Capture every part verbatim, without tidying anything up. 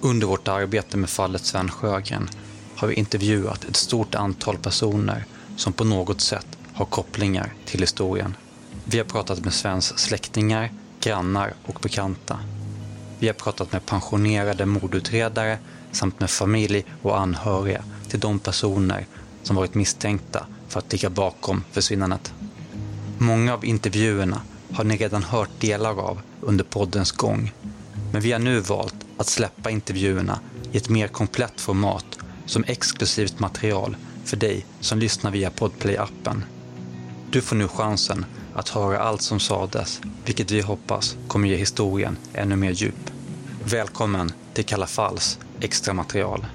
Under vårt arbete med fallet Sven Sjögren har vi intervjuat ett stort antal personer som på något sätt har kopplingar till historien. Vi har pratat med Svens släktingar, grannar och bekanta. Vi har pratat med pensionerade mordutredare samt med familj och anhöriga till de personer som varit misstänkta för att ligga bakom försvinnandet. Många av intervjuerna har ni redan hört delar av under poddens gång. Men vi har nu valt att släppa intervjuerna i ett mer komplett format som exklusivt material för dig som lyssnar via Podplay-appen. Du får nu chansen att höra allt som sades, vilket vi hoppas kommer ge historien ännu mer djup. Välkommen till Kalla Falls extra material.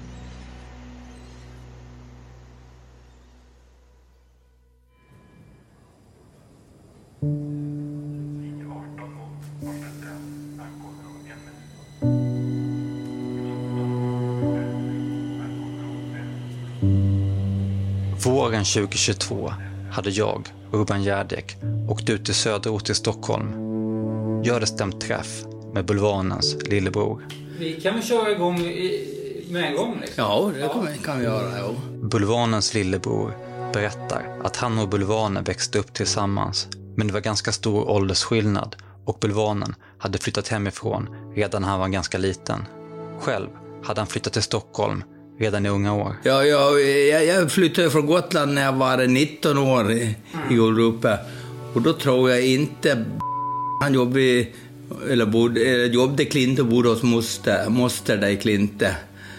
Våren tjugohundratjugotvå hade jag, Urban Järdek, åkt ut till söderort i Stockholm. Jag hade stämt träff med Bulvanens lillebror. Vi kan väl köra igång i, med en gång liksom? Ja, det kan, kan vi göra, ja. Bulvanens lillebror berättar att han och Bulvanen växte upp tillsammans. Men det var ganska stor åldersskillnad och Bulvanen hade flyttat hemifrån redan när han var ganska liten. Själv hade han flyttat till Stockholm redan i unga år. Ja, jag, jag flyttade från Gotland när jag var nitton år i, i Gullrupe. Och då tror jag inte han jobbade, eller bodde, eller jobbade Klinte och bodde hos moster, moster där i Klinte.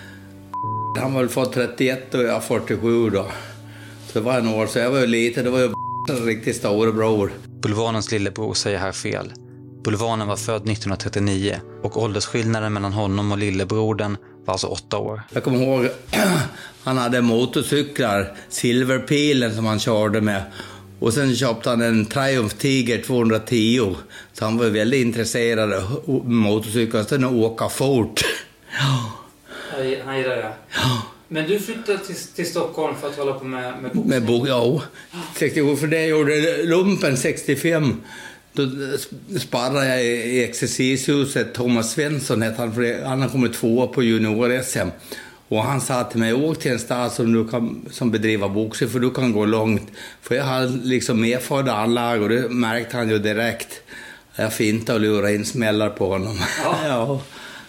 Han var väl fått trettioett och jag fyrtiosju då. Så det var en år, så jag var ju lite, det var ju en riktigt stor bror. Bulvanens lillebror säger här fel. Bulvanen var född nittonhundratrettionio och åldersskillnaden mellan honom och lillebrodern var alltså åtta år. Jag kommer ihåg han hade motorcyklar, Silverpilen som han körde med. Och sen köpte han en Triumph Tiger tvåhundratio. Så han var väldigt intresserad av motorcyklar. Sen åka fort. Ja. Han gillar det. Ja. Men du flyttade till, till Stockholm för att hålla på med, med boxning? Med bo, ja. sextiosju, för det gjorde lumpen sextiofem. Då sparrade jag i exercishuset. Thomas Svensson hette han, för han har kommit tvåa på junior-S M. Och han sa till mig, åk till en stad som du kan som bedriver boxning, för du kan gå långt. För jag hade liksom medförda anlag och det märkte han ju direkt. Jag fintade och lurade in smällar på honom. Ja. Ja.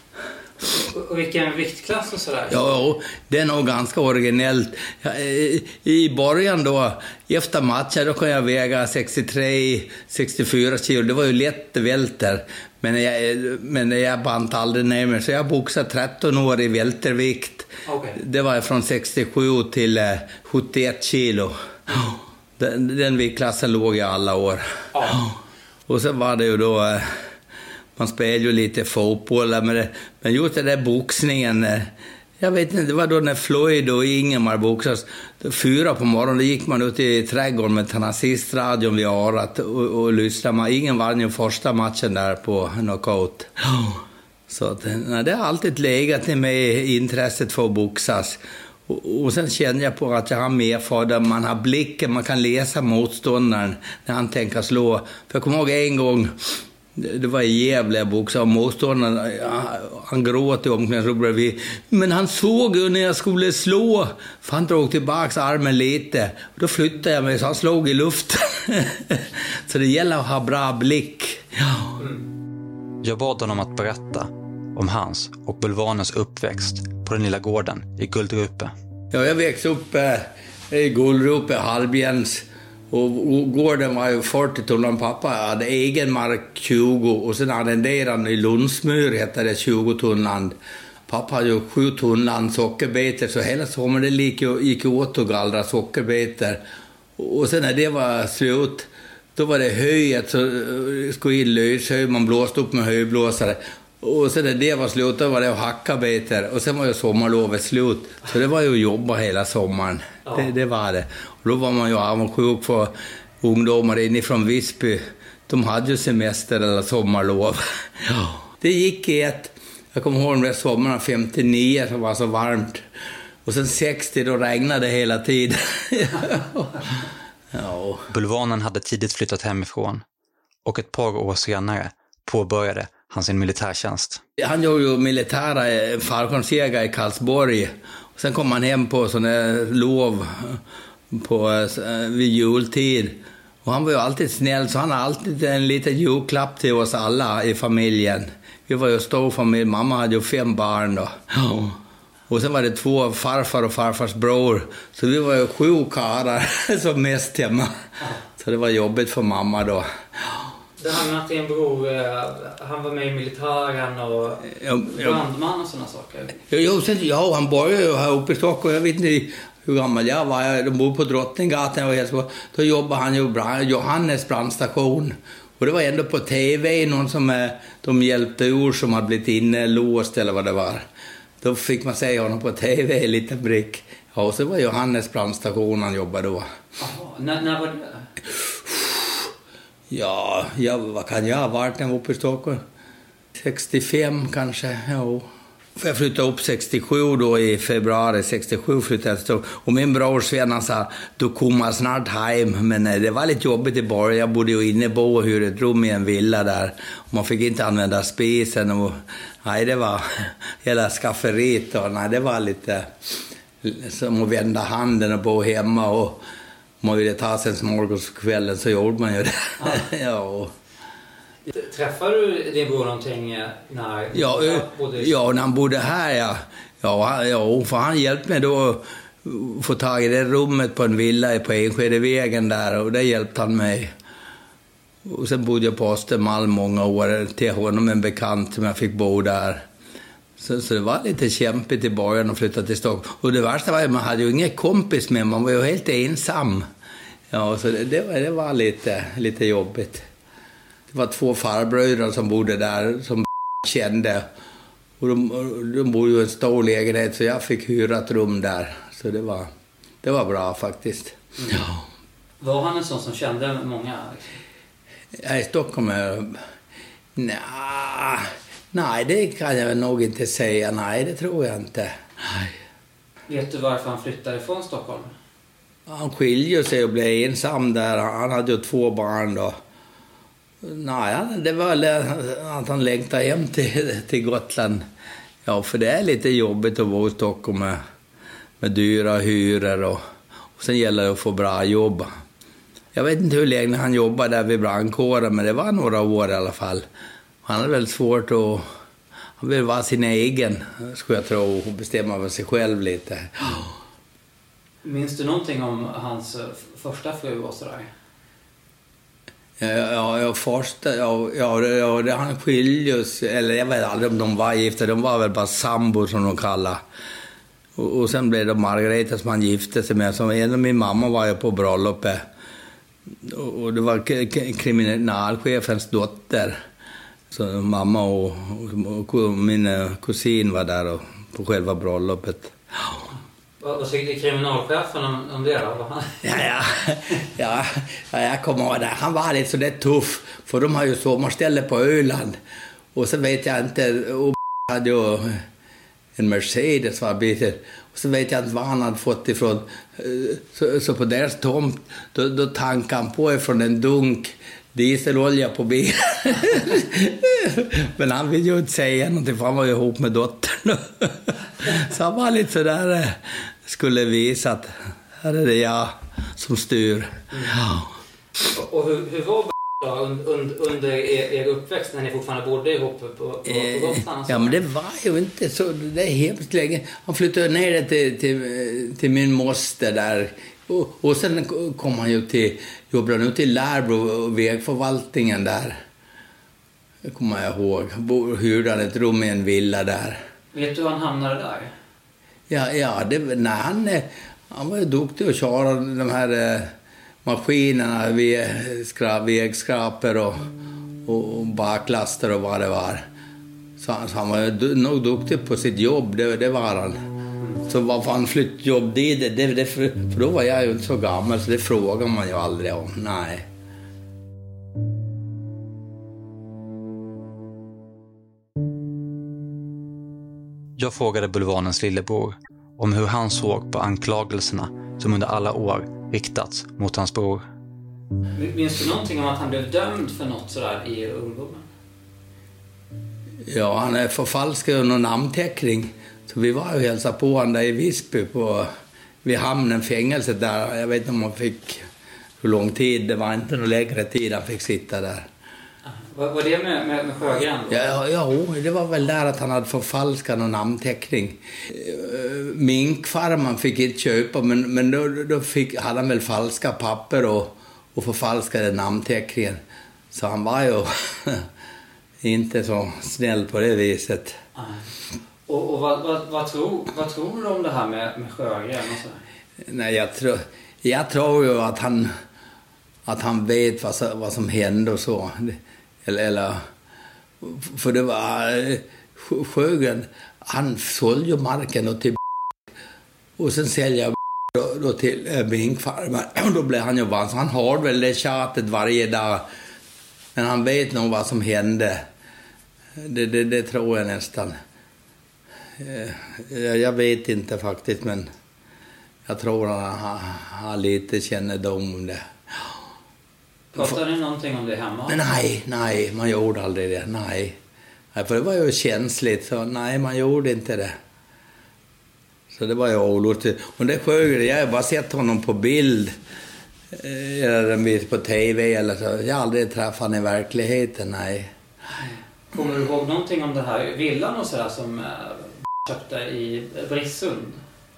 Och vilken viktklass och sådär? Ja, det är nog ganska originellt. I början då, efter matcher, då kan jag väga sextiotre sextiofyra kilo. Det var ju lätt välter. Men jag, men jag bant aldrig ner mig. Så jag boxade tretton år i vältervikt. Okay. Det var från sextiosju till sjuttioett kilo. Den, den viktklassen låg jag alla år. Ja. Och så var det ju då... Man spelar ju lite fotboll, men, det, men just det där boxningen, jag vet inte, det var då när Floyd och Ingemar boxas, fyra på morgonen, då gick man ut i trädgården med transistorradion vid örat och, och lyssnade. Man, ingen vann ju första matchen där på knockout. Så att, nej, det har alltid legat i mig intresset för att boxas. Och, och sen känner jag på att jag har med för det, man har blicken, man kan läsa motståndaren när han tänker slå. För jag kommer ihåg en gång, det var i Gävle jag boxade, och motståndaren, han gråt i omklädningsrummet bredvid. Men han såg ju när jag skulle slå, för han drog tillbaka armen lite. Och då flyttade jag mig så han slog i luften. Så det gäller att ha bra blick. Ja. Jag bad honom att berätta om hans och Bulvanens uppväxt på den lilla gården i Gullrupe. Ja, jag växte upp eh, i Gullrupe, Halbjens. Och gården var ju fyrtio tunnland. Pappa hade egen mark tjugo. Och sen arrenderade i Lundsmyr, hette det tjugo tunnland. Pappa hade ju sju tunnland sockerbeter. Så hela sommaren gick, gick åt och gallra sockerbeter. Och sen när det var slut, då var det höjet. Så skulle in löshöj, man blåste upp med höjblåsare. Och sen när det var slut, då var det att hacka beter. Och sen var ju sommarlovet slut. Så det var ju att jobba hela sommaren. Ja. Det, det var det. Och då var man ju avundsjuk för ungdomar inifrån Visby. De hade ju semester eller sommarlov. Ja. Det gick i ett... Jag kommer ihåg med sommaren femtionio som var så varmt. Och sen sextio då regnade det hela tiden. Ja. Bulvanen hade tidigt flyttat hemifrån. Och ett par år senare påbörjade han sin militärtjänst. Han gjorde ju militära fallskärmsjägare i Karlsborg. Och sen kom han hem på sån där lov på, vid jultid. Och han var ju alltid snäll, så han har alltid en liten julklapp till oss alla i familjen. Vi var ju stor familj, mamma hade ju fem barn då. Ja. Och sen var det två farfar och farfars bror. Så vi var ju sju karlar som mest hemma. Så det var jobbigt för mamma då. Det här med att din bror, han var med i militären och brandman och sådana saker. Jo, sen, ja, han började ju här uppe i Stockholm. Jag vet inte hur gammal jag var. De bor på Drottninggatan och helt. Då jobbade han ju brand, Johannes brandstation. Och det var ändå på tv någon som de hjälpte ur som hade blivit inlåst eller vad det var. Då fick man se honom på tv i en liten brick. Ja, och så var Johannes brandstation han jobbade då. Jaha, när, när var det? Ja, jag, vad kan jag ha varit när jag var uppe i Stockholm? sextiofem kanske, ja. För jag flyttade upp sextiosju då i februari, sextiosju flyttade jag till Stockholm. Och min bror Sven han sa, du kommer snart hem. Men det var lite jobbigt i början. Jag bodde ju inne på och hyrde ett rum i en villa där. Man fick inte använda spisen. Och, nej, det var hela skafferiet. Och, nej, det var lite som att vända handen och bo hemma. Och man ville ta sig en smorgåskvällen så gjorde man ju det. Ja. Ja. Träffade du din bror någonting när ja, du bodde i... Ja, när han bodde här, ja. Ja, ja, för han hjälpte mig då att få tag i det rummet på en villa på Enskedevägen där. Och det hjälpte han mig. Och sen bodde jag på Östermalm många år till honom, en bekant som jag fick bo där. Så, så det var lite kämpigt i början att flytta till Stockholm. Och det värsta var att man hade ju ingen kompis med, man var ju helt ensam. Ja, så det, det, var, det var lite, lite jobbigt. Det var två farbröder som bodde där som kände. Och de, de bodde ju i en stor lägenhet så jag fick hyra ett rum där. Så det var, det var bra faktiskt. Mm. Ja. Var han en sån som kände många? Ja, i Stockholm är... Nej, nej, det kan jag nog inte säga. Nej, det tror jag inte. Nej. Vet du varför han flyttade från Stockholm? Han skiljer sig och blev ensam där. Han hade ju två barn då. Nej, det var att han längtade hem till, till Gotland. Ja, för det är lite jobbigt att bo i Stockholm med, med dyra hyror och, och sen gäller det att få bra jobb. Jag vet inte hur länge han jobbade där vid brandkåren, men det var några år i alla fall. Han hade väl svårt att... Han ville vara sin egen, skulle jag tro, och bestämma över sig själv lite. Minns du någonting om hans första fru och sådär? Ja, ja, första, ja, ja, ja det, han skiljus, eller jag vet aldrig om de var gifta, de var väl bara sambo som de kallar. Och, och sen blev det Margareta som han gifte sig med, som en av min mamma var ju på bröllopet. Och, och det var k- kriminalchefens dotter. Så mamma och, och, och min kusin var där och, på själva bröllopet. Vad, vad tyckte kriminalchefen om, om det då? Ja, ja, ja, ja, jag kommer ihåg det. Han var lite så där tuff, för de har ju sommarställe på Öland. Och så vet jag inte, och hade ju en Mercedes var bitet. Och så vet jag inte vad han hade fått ifrån. Så, så på deras tomt, då, då tankade han på ifrån en dunk dieselolja på bilen. Men han ville ju inte säga någonting, för han var ju ihop med dottern. Så han var lite sådär, skulle visa att här är det jag som styr. Mm. Ja. Och, och hur, hur var då under, under er, er uppväxt när ni fortfarande bodde ihop på, på, på Gotland? Ja, men det var ju inte så, det är hemskt länge. Han flyttade ner till, till, till min moster där. Och, och sen kom han ju till, jobbade nu till Lärbro, vägförvaltningen där. Det kommer jag ihåg. Han hyrde han ett rum i en villa där. Vet du hur han hamnade där? Ja, ja det, nej, han, han var ju duktig att köra de här eh, maskinerna, vägskraper och, och, och baklaster och vad det var. Så, så han var ju nog duktig på sitt jobb, det, det var han. Så varför han flyttade jobb dit, det, det, det, för då var jag ju inte så gammal, så det frågar man ju aldrig om, nej. Jag frågade bulvanens lillebror om hur han såg på anklagelserna som under alla år riktats mot hans bror. Minns du någonting om att han blev dömd för något sådär i ungdomen? Ja, han är förfalskad någon namnteckning. Så vi var ju hälsa på han där i Visby på, vid hamnen, fängelset där. Jag vet inte om han fick hur lång tid, det var inte någon längre tid han fick sitta där. Vad var det med, med, med Sjögren då? Ja, ja, det var väl där att han hade förfalskat någon namnteckning. Minkfarman fick inte köpa, men, men då, då fick, hade han väl falska papper och, och förfalskade namnteckningen. Så han var ju inte så snäll på det viset. Nej. Och, och vad, vad, vad, tror, vad tror du om det här med, med Sjögren och så? Nej, jag tror, jag tror ju att han, att han vet vad, vad som hände och så. Eller, eller, för det var Sjögren, han sålde ju marken och till och sen säljer då, då till minkfarmar. Och då blev han ju vann. Så han har väl det tjatet varje dag. Men han vet nog vad som hände. Det, det, det tror jag nästan. Jag vet inte faktiskt, men jag tror att han har, har lite kännedom om det. Pratade ni någonting om det hemma? Nej, nej, man gjorde aldrig det, nej. nej. För det var ju känsligt, så nej, man gjorde inte det. Så det var ju olustigt. Och det Sjögren, jag har bara sett honom på bild. Eller på tv eller så. Jag har aldrig träffat honom i verkligheten, nej. Kommer du ihåg någonting om det här villan och sådär som äh, köpte i Brissund?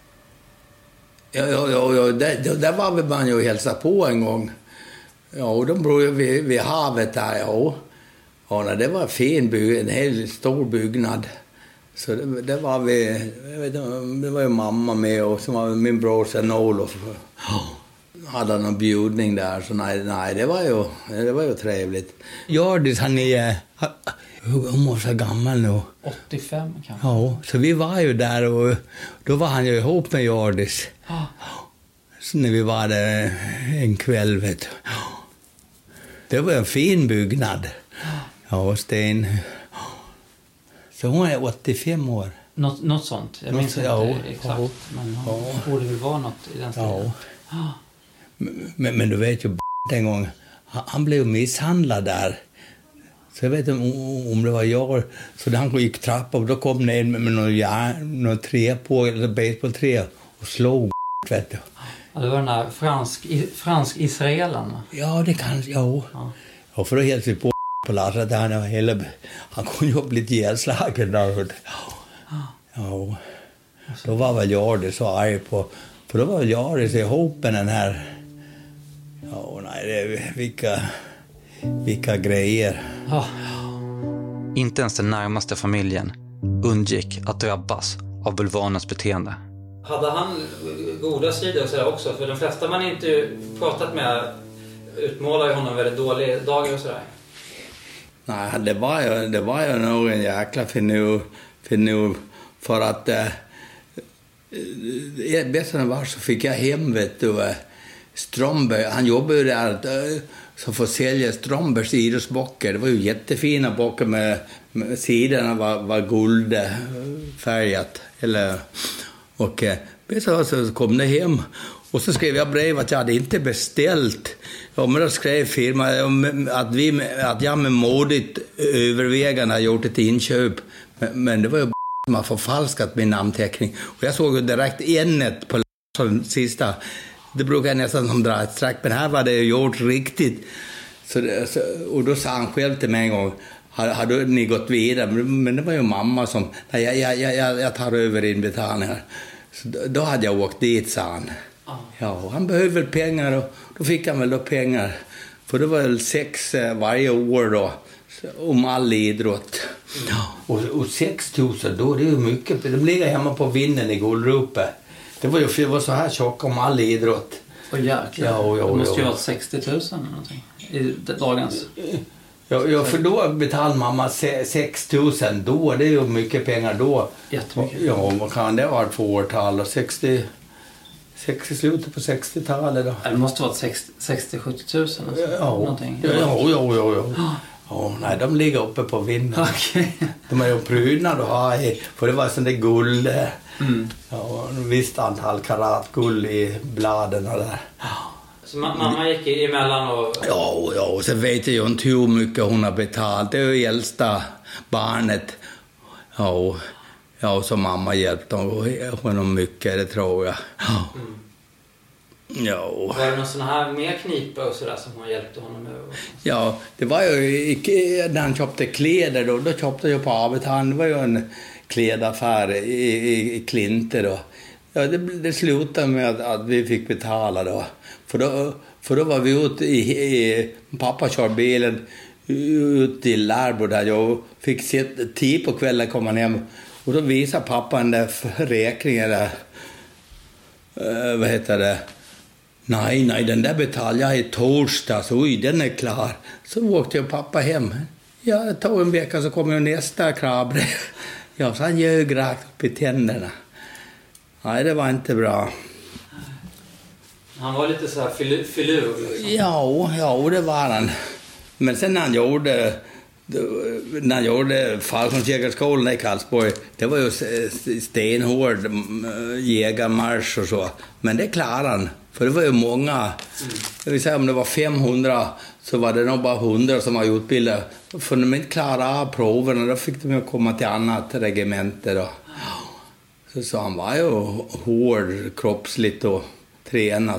Ja, ja, ja, ja. Där, där var vi man ju hälsa på en gång. Ja, och de bor ju vid, vid havet där, ja. Ja, det var en fin byggnad, en hel stor byggnad. Så det, det var vi, jag vet inte, det var ju mamma med och så var min bror sen Olof. Ja. Hade någon bjudning där, så nej, nej det var ju, det var ju trevligt. Gördis, han är, hon var så gammal nu. åttiofem kanske. Ja, så vi var ju där och då var han ju ihop med Gördis. Ja. Så när vi var där en kväll, vet du. Det var en fin byggnad. Ja, sten. Så hon är åttiofem år. Något, något sånt. Jag minns inte ja, exakt. Ja, men hon ja. borde väl vara något i den stilen. Ja. Men, men du vet ju en gång, han blev misshandlad där. Så jag vet inte om, om det var jag. Så han gick trappa och då kom ner med, med någon, järn, någon trä på, eller baseballträ och slog, vet du. Ja, det var den där fransk, fransk israelen. Ja, det kan ja. ja. Och för då hälsade vi på på Lars han var hela, han kunde ju ha blivit ihjälslagen där. Ja. Då var väl jag det så arg på, för då var väl jag det så ihop med den här. Ja, nej, det, vilka vilka grejer. Ja. Inte ens den närmaste familjen undgick att drabbas av bulvanens beteende. Hade han goda sidor och sådär också? För de flesta man inte pratat med utmålar ju honom väldigt dåliga dagar och sådär. Nej, det var ju, det var ju nog en jäkla finur, finur för att eh, bäst än det var så fick jag hem, vet du, Strömberg, han jobbade ju där eh, som får sälja Strömbergs idrottsbockar. Det var ju jättefina bockar med, med sidorna var, var guldfärgat. Eller, och eh, så, så kom det hem. Och så skrev jag brev att jag hade inte beställt. Ja, men då skrev firman att, vi, att jag med modigt övervägande har gjort ett inköp. Men, men det var ju som har förfalskat min namnteckning. Och jag såg ju direkt ämnet på den sista. Det brukar jag nästan som dra ett strack. Men här var det gjort riktigt. Så, det, så och då sa han själv till mig en gång. Hade ni gått vidare? Men det var ju mamma som. Nej, jag, jag, jag, jag tar över inbetalningar. Så då, då hade jag åkt dit, sa han. Ja, han behöver pengar och då fick han väl då pengar. För det var väl sex varje år då. Om all idrott. Ja. Och, och sex tusen då, det är ju mycket. De ligger hemma på vinden i Gullrupe. Det var ju det var så här tjock om all idrott. Och jäklar. Ja, och, och, det måste ju vara sextio tusen eller någonting. I dagens. Ja, ja, för då betalade mamma sex tusen. Då, det är ju mycket pengar då. Jättemycket. Ja, vad kan det vara två årtal och sextio... sextio slutet på sextiotalet då. Det måste vara sextio till sjuttio tusen alltså. Ja, någonting. Ja, ja, ja, ja. ja. Oh, nej, de ligger uppe på vinden. Okay. De är ju prydnad att ha i, för det var sån där guld. Mm. Ja, en visst antal karat guld i bladen och där. Så mamma gick emellan och... Ja, ja, och så vet jag ju inte hur mycket hon har betalt. Det är ju äldsta. barnet. Ja, och, ja, och så mamma hjälpte honom mycket, det tror jag. Ja. Mm. Ja. Var det någon sån här mer knipa och sådär som hon hjälpte honom med? Ja, det var ju när han köpte kläder då, då köpte jag på Avetahan. Det var ju en klädaffär i, i, i Klinte då. Ja, det, det slutade med att, att vi fick betala då. För då, för då var vi ute i, i pappa kör bilen ut till Lärbo där jag fick se tio på kvällen komma hem. Och då visade pappa den där räkningen där. Uh, vad heter det? Nej, nej, den där betalade jag i torsdags. Oj, den är klar. Så åkte jag pappa hem. Ja, det tog en vecka så kom jag nästa krabbrev. Ja, så han ljög rakt upp i tänderna. Nej, det var inte bra. Han var lite så här filur, filur liksom. Ja, ja, det var han. Men sen när han gjorde... När jag gjorde Falkensjägarskolan i Karlsborg, det var ju stenhård jägarmarsch och så. Men det klarade han. För det var ju många, mm. jag vill säga om det var femhundra så var det nog bara hundra som var utbildade. För när de inte klarade av proverna då fick de ju komma till annat regemente då. Så, så han var ju hård, kroppsligt och tränad.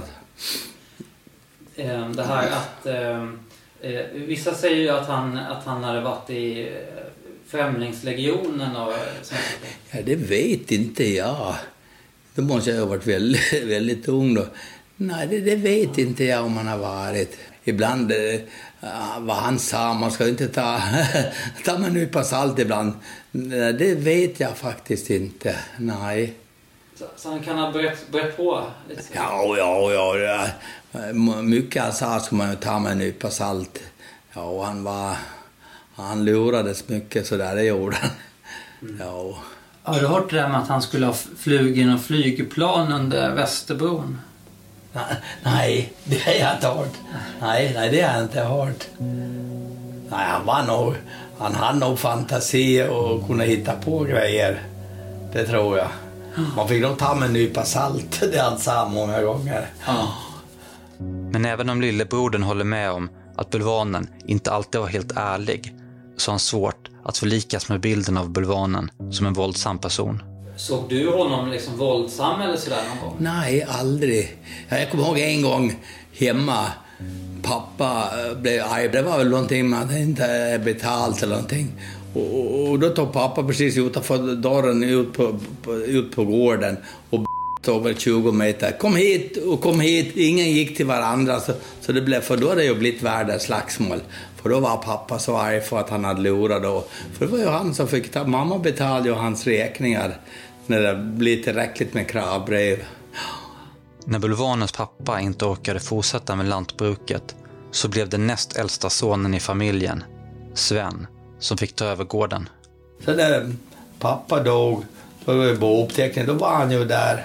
Det här att... Eh, vissa säger ju att han, att han hade varit i Främlingslegionen och sånt. Ja, det vet inte jag. Då måste jag ha varit väldigt, väldigt ung då. Nej, det, det vet inte jag om han har varit. Ibland, eh, vad han sa, man ska inte ta, ta man nypa salt ibland. Det vet jag faktiskt inte, nej. Så, så han kan ha brett, brett på lite så. Ja, ja, ja, ja. Mycket han sa ska man ju ta med en nypa salt. Ja, och han var... Han lurades mycket så där, det gjorde han. Mm. Ja. Har du hört det där med att han skulle ha flugit någon flygplan under Västerbron? Nej, det har jag inte hört. Nej, nej, det har jag inte hört. Nej, han var nog... Han hade nog fantasi och kunde hitta på grejer. Det tror jag. Man fick nog ta med en nypa salt, det han sa många gånger. Ja. Men även om lillebrodern håller med om att bulvanen inte alltid var helt ärlig, så har han svårt att förlikas med bilden av bulvanen som en våldsam person. Såg du honom liksom våldsam eller sådär någon gång? Nej, aldrig. Jag kommer ihåg en gång hemma, pappa blev arg. Det var väl någonting med att han inte betalt eller någonting. Och, och då tog pappa precis utanför dörren ut på, på, ut på gården och över tjugo meter. Kom hit och kom hit. Ingen gick till varandra. Så, så det blev, för då hade det ju blivit världens slagsmål. För då var pappa så arg för att han hade lurat då. För det var ju han som fick ta. Mamma betalade ju hans räkningar när det blev tillräckligt med kravbrev. När bulvanens pappa inte orkade fortsätta med lantbruket så blev det näst äldsta sonen i familjen, Sven, som fick ta över gården. Så när pappa dog, då var det bouppteckning, då var han ju där.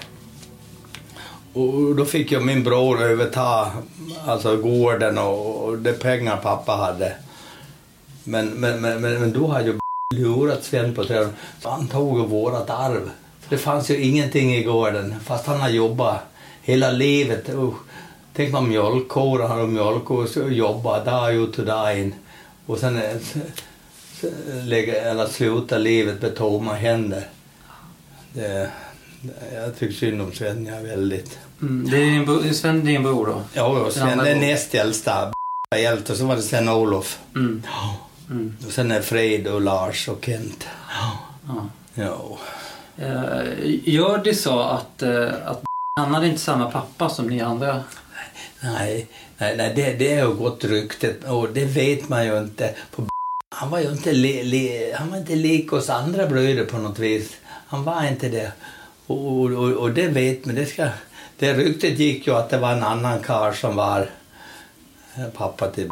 Och då fick jag min bror överta alltså gården och, och det pengar pappa hade. Men, men, men, men då hade ju lurat Sven på träden. Han tog ju vårat arv. Det fanns ju ingenting i gården, fast han har jobbat hela livet. Och tänk man mjölkkor, han har mjölkkor och jobbat dag ut och dag in. Och sen lägga, eller sluta livet med tomma händer. Det, jag tycker synd om Sven, jag väldigt. Mm, det är din bro, Sven din bror då? Ja, ja Sven är näst äldsta. Och så var det sen Olof. Mm. Mm. Och sen är Fred och Lars och Kent. Ja. Ja. Gör det så att, att han hade inte samma pappa som ni andra? Nej, nej, nej det, det är ju gott ryktet och det vet man ju inte. Han var ju inte, li, li, han var inte lik oss andra bröder på något vis. Han var inte det. Och, och, och det vet man. Det, ska, det ryktet gick ju att det var en annan karl som var pappa till.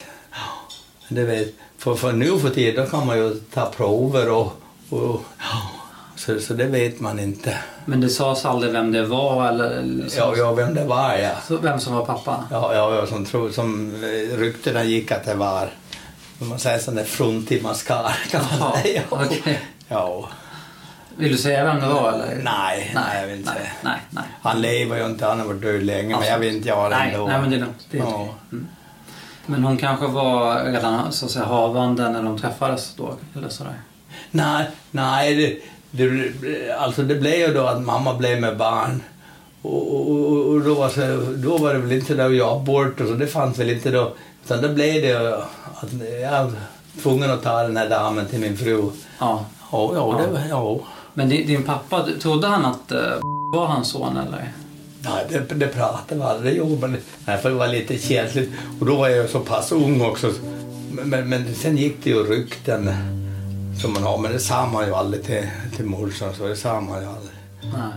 Det vet, för, för nu för tiden kan man ju ta prover och, och så, så det vet man inte. Men det sades aldrig vem det var? Eller, ja, ja, vem det var, ja. Så vem som var pappa? Ja, ja, ja som, tro, som ryktena gick att det var, man säger sån där fruntimaskar kan man Jaha, säga. okay. Ja. Vill du säga vem det var? Eller? Nej, nej, jag vill inte nej, säga. Nej, nej. Han lever ju inte, han har varit död länge, alltså, men jag vill inte göra det nej, ändå. Nej, men det är lugnt. Det är ja. mm. Men hon kanske var redan så att säga havande när de träffades då, eller sådär? Nej, nej det, det, alltså det blev ju då att mamma blev med barn. Och, och, och då, var så, då var det väl inte där jag bort och så, det fanns väl inte då. Utan då blev det att jag var tvungen att ta den här damen till min fru. Ja. Ja, ja, det var, ja. Men din, din pappa, trodde han att uh, var hans son eller? Nej, det, det pratade vi aldrig om. Men nej, för det var lite känsligt. Och då var jag så pass ung också. Men, men, men sen gick det ju rykten som man har. Men det sa man ju aldrig till, till morsan. Så det sa man ju aldrig. Nej.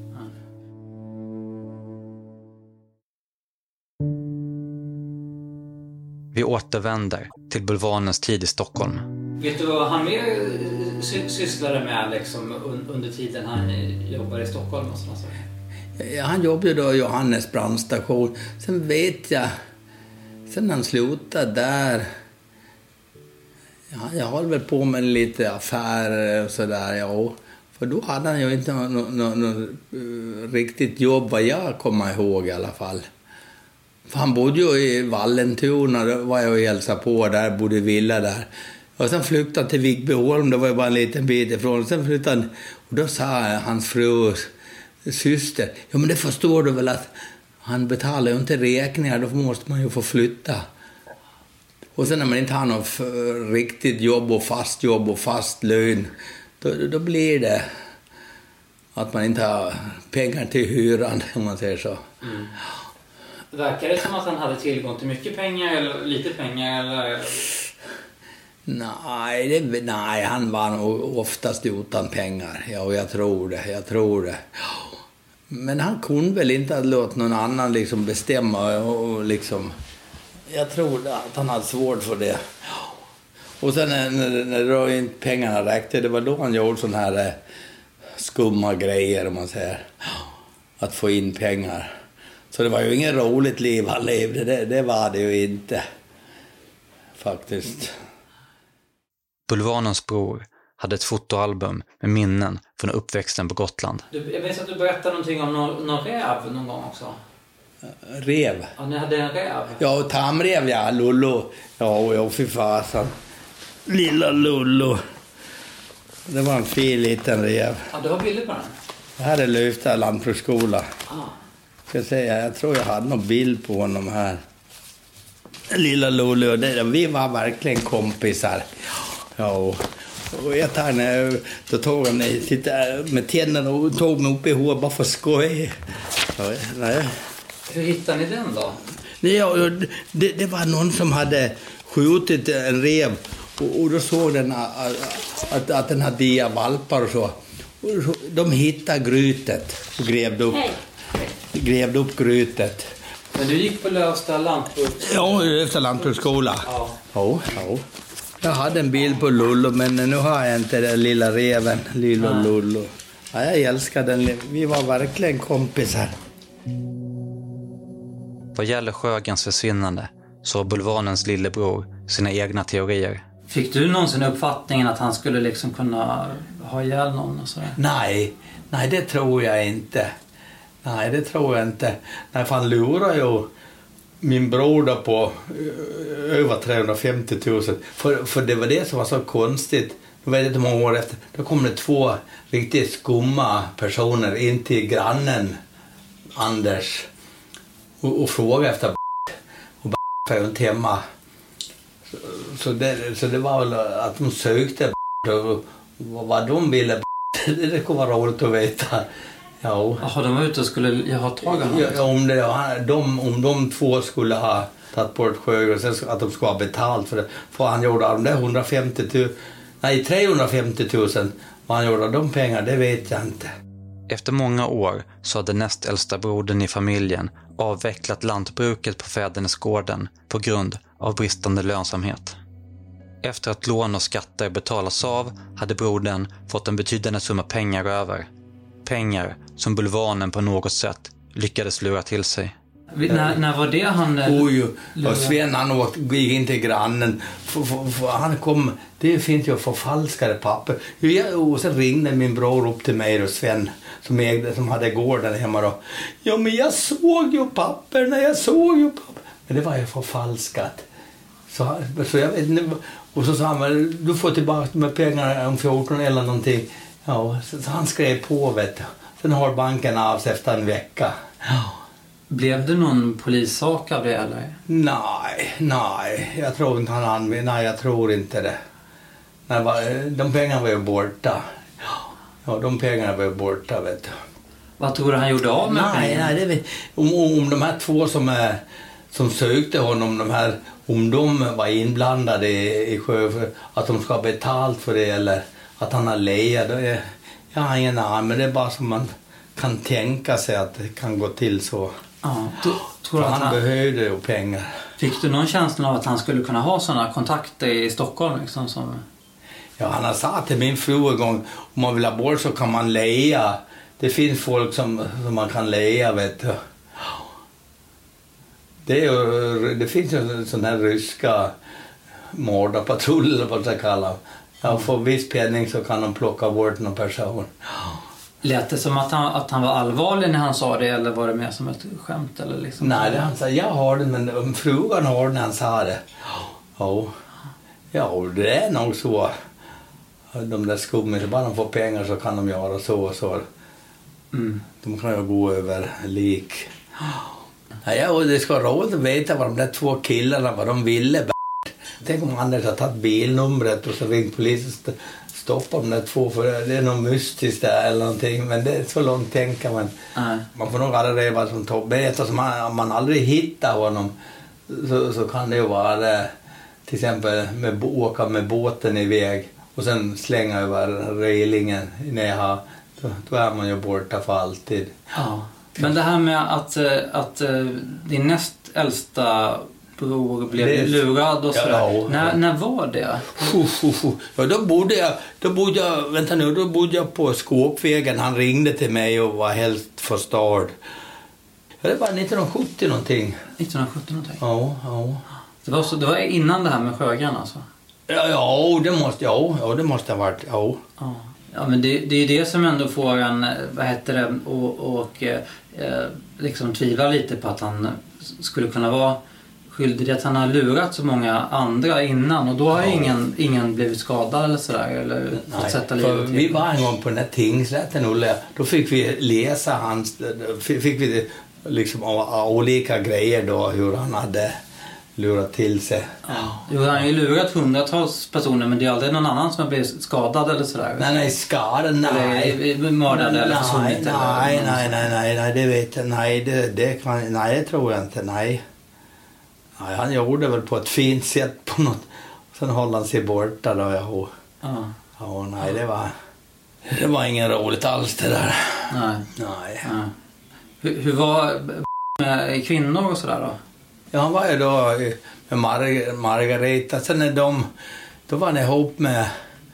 Vi återvänder till bulvanens tid i Stockholm. Vet du vad han mer sy- sysslade med liksom, under tiden han jobbade i Stockholm och sådana saker? Ja, han jobbade då i Johannes brandstation. Sen vet jag, sen han slutade där, ja, jag höll väl på med lite affärer och sådär, ja. För då hade han ju inte något no, no, no, uh, riktigt jobb vad jag kommer ihåg i alla fall. För han bodde ju i Vallentuna, då var jag och hälsade på där, bodde i villa där. Och sen flyttade han till Vigbyholm, det var ju bara en liten bit ifrån. Sen flyttade han, och då sa hans fru, syster, ja men det förstår du väl att han betalar ju inte räkningar, då måste man ju få flytta. Och sen när man inte har något riktigt jobb och fast jobb och fast lön, då, då blir det att man inte har pengar till hyran, om man säger så. Mm. Verkar det som att han hade tillgång till mycket pengar eller lite pengar? Eller? Nej, det, nej, han var nog oftast utan pengar. Ja, jag tror det, jag tror det. Men han kunde väl inte ha låtit någon annan liksom bestämma och liksom... Jag tror att han hade svårt för det. Och sen när, när, när då inte pengarna räckte, det var då han gjorde sån här skumma grejer, om man säger. Att få in pengar. Så det var ju ingen roligt liv han levde, det, det var det ju inte. Faktiskt. Bulvanens bror hade ett fotoalbum med minnen från uppväxten på Gotland. Du, jag vet att du berättade någonting om någon, någon räv någon gång också. Rev? Ja, ni hade en räv. Ja, tamrev, ja, Lollo. Ja, och jag fy fasen. Lilla Lollo. Det var en fin liten rev. Ja, du har bilder på den? Det här är Lövsta lantbruksskola. Ah. Ska jag säga, jag tror jag hade någon bild på honom här. Lilla Lollo, det, vi var verkligen kompisar. Ja, och, och jag tar när, då tog han sitta med tänderna och tog mig upp i hår bara för skoj. Ja, nej. Hur hittade ni den då? Nej, ja, det, det var någon som hade skjutit en rev och, och då såg den att, att, att den hade diavalpar och så. Och de hittade grytet och grävde upp, grävde upp grytet. Men du gick på Lövsta lantbruks... Ja, Lövsta lantbruksskola. Ja. Ja, ja. Jag hade en bild på Lollo, men nu har jag inte den lilla reven, Lilla ja. Lollo. Ja, jag älskar den. Vi var verkligen kompisar. Vad gäller Sjögrens försvinnande så har bulvanens lillebror sina egna teorier. Fick du någonsin uppfattningen att han skulle liksom kunna ha ihjäl någon och sådär? Nej, nej det tror jag inte. Nej, det tror jag inte. Nej, för han lurar ju min bror då på över trehundrafemtio tusen. För, för det var det som var så konstigt. Jag vet inte hur många år efter. Då kom det två riktigt skumma personer in till grannen Anders och, och frågade efter och b***, och inte hemma. Så, så, det, så det var väl att de sökte och vad de ville. Det kommer vara roligt att veta. Ja. Jaha, de var ute och skulle ha tag i honom? Ja, om, det, de, om de två skulle ha tagit bort Sjögren och sen att de skulle ha betalt för det. För han gjorde de där hundrafemtio tusen, nej trehundrafemtio tusen. Vad han gjorde de pengar, det vet jag inte. Efter många år så hade näst äldsta brodern i familjen avvecklat lantbruket på Fädernesgården på grund av bristande lönsamhet. Efter att lån och skatter betalas av hade brodern fått en betydande summa pengar över. Pengar som bulvanen på något sätt lyckades lura till sig. När, när var det han... Oj, och Sven han åkte, gick in till grannen. För, för, för, han kom, det finns ju förfalskade papper. Och sen ringde min bror upp till mig och Sven som, ägde, som hade gården hemma då. Ja, men jag såg ju papper när jag såg ju papper. Men det var ju förfalskat. Så, så jag vet inte. Och så sa han, du får tillbaka med pengar om fjorton eller någonting. Ja, så, så han skrev på, vet du. Sen har banken av sig efter en vecka. Ja. Blev det någon polissak av det eller? Nej, nej. Jag tror inte han använde. Nej, jag tror inte det. Nej, de pengarna var ju borta. Ja, de pengarna var ju borta, vet du. Vad tror du han gjorde av med nej, pengarna? Nej, det vet, om, om de här två som, är, som sökte honom, de här, om de var inblandade i, i sjö, att de ska ha betalt för det eller att han har legat, då är, jag har ingen aning, men det är bara som man kan tänka sig att det kan gå till så. Ja, du, tror han, han behövde ju pengar. Fick du någon känsla av att han skulle kunna ha sådana kontakter i Stockholm liksom som... Ja, han har sagt till min fru en gång, om man vill ha bort så kan man leja. Det finns folk som, som man kan leja, vet du. Det, är ju, det finns ju sån här ryska mordarpatruller, vad det kallas. Ja, för viss penning så kan de plocka bort någon person. Lät det som att han, att han var allvarlig när han sa det, eller var det mer som ett skämt? Eller liksom? Nej, det han sa, jag har det, men frugan har det när han sa det. Ja, ja, det är nog så. De där skummen, bara de får pengar så kan de göra så och så. Mm. De kan ju gå över lik. Ja, och det ska roligt att veta vad de där två killarna, vad de ville. Tänk om Anders har tagit bilnumret och så ringt polisen och stoppat de där två, för det är något mystiskt där eller någonting. Men det är så långt tänka man. Mm. Man får nog aldrig reda som Tobbe. Eftersom man, om man aldrig hittar honom så, så kan det ju vara till exempel med, åka med båten iväg och sen slänga över relingen ner. Då, då är man ju borta för alltid. Ja. Men det här med att, att din näst äldsta bror blev det, lurad och sådär. Ja, när, när var det? Ja, då bodde jag, då bodde jag, vänta nu, då bodde jag på Skåpvägen. Han ringde till mig och var helt förstörd. Ja, det var nittonhundrasjuttio någonting. nittonhundrasjuttio någonting? Ja, ja. Det var, så, det var innan det här med Sjögren alltså? Ja, ja, det måste, ja, ja, det måste ha varit, ja. Ja. Ja, men det, det är det som ändå får en, vad heter det, och, och eh, liksom tvivla lite på att han skulle kunna vara skyldig att han har lurat så många andra innan, och då har ja. ingen, ingen blivit skadad eller sådär, eller fått sätta livet till. Vi var en gång på den här tingsrätten, Olle, då fick vi läsa hans, fick vi liksom olika grejer då, hur han hade lurat till sig. Ja. Jo, han har ju lurat hundratals personer, men det är aldrig någon annan som har blivit skadad eller sådär. Nej, nej, skadad, nej. Eller mördad eller försvunnit. Nej, eller nej, nej, nej, nej, det vet jag. Nej, det, det kan, nej, det tror jag inte, nej. Nej, han gjorde väl på ett fint sätt på något. Sen håller han sig borta då, ja. Ja. Ja, nej, det var, det var ingen roligt alls det där. Nej. Nej. Ja. Hur, hur var med kvinnor och sådär då? Ja, han var ju då med Mar- Margareta. Sen när de, då var han ihop med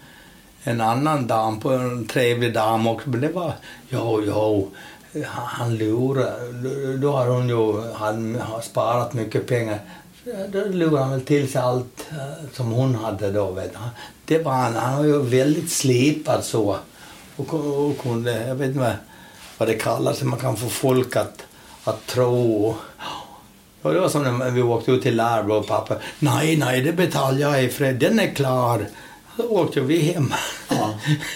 en annan dam, på en trevlig dam också. Men det var, ja, ja, han lurade. Då har hon ju, han har sparat mycket pengar. Då lurade han väl till sig allt som hon hade då, vet du. Det var han, han var ju väldigt slipad så. Och, och kunde, jag vet inte vad, vad det kallas, man kan få folk att, att tro. Och det var som när vi åkte ut till Lärbro och pappa. Nej, nej, det betalar jag i fred. Den är klar. Då åkte vi hem. Ja,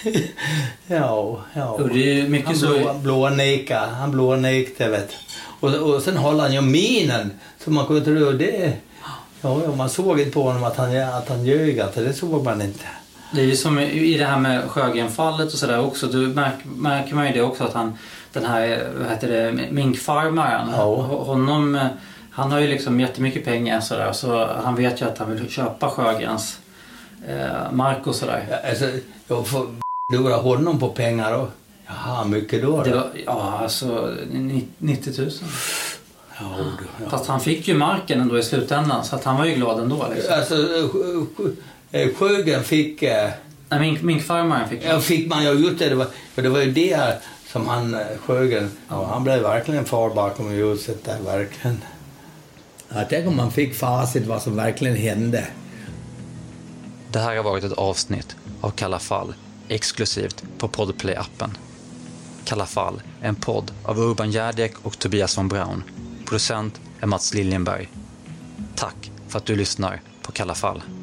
ja. ja. Och det är mycket han så... blå, blåneka. Han blånekte, vet och, och sen håller han ju minen. Så man kunde tro det. Ja, man såg inte på honom att han, att han ljög. Att det såg man inte. Det är ju som i det här med Sjögrenfallet och sådär också. Du märker, märker man ju det också att han, den här, vad heter det, minkfarmaren. Ja. Honom... Han har ju liksom jättemycket pengar sådär, så han vet ju att han vill köpa Sjögrens eh, mark och sådär. Ja, alltså, jag får lura honom på pengar och jaha, mycket då? då? Det var, ja, alltså nittio tusen. Ja, ja. Fast han fick ju marken ändå i slutändan, så att han var ju glad ändå. Liksom. Alltså, Sjögren fick... Eh, Nej, mink, minkfarmaren fick... Ja, fick man ju gjort det. Det var, för det var ju det som han, Sjögren, ja, han blev verkligen far bakom ljuset där, verkligen. Jag tänker om man fick facit vad som verkligen hände. Det här har varit ett avsnitt av Kalla fall, exklusivt på Podplay-appen. Kalla fall, en podd av Urban Gärdek och Tobias von Braun. Producent är Mats Liljenberg. Tack för att du lyssnar på på Kalla fall.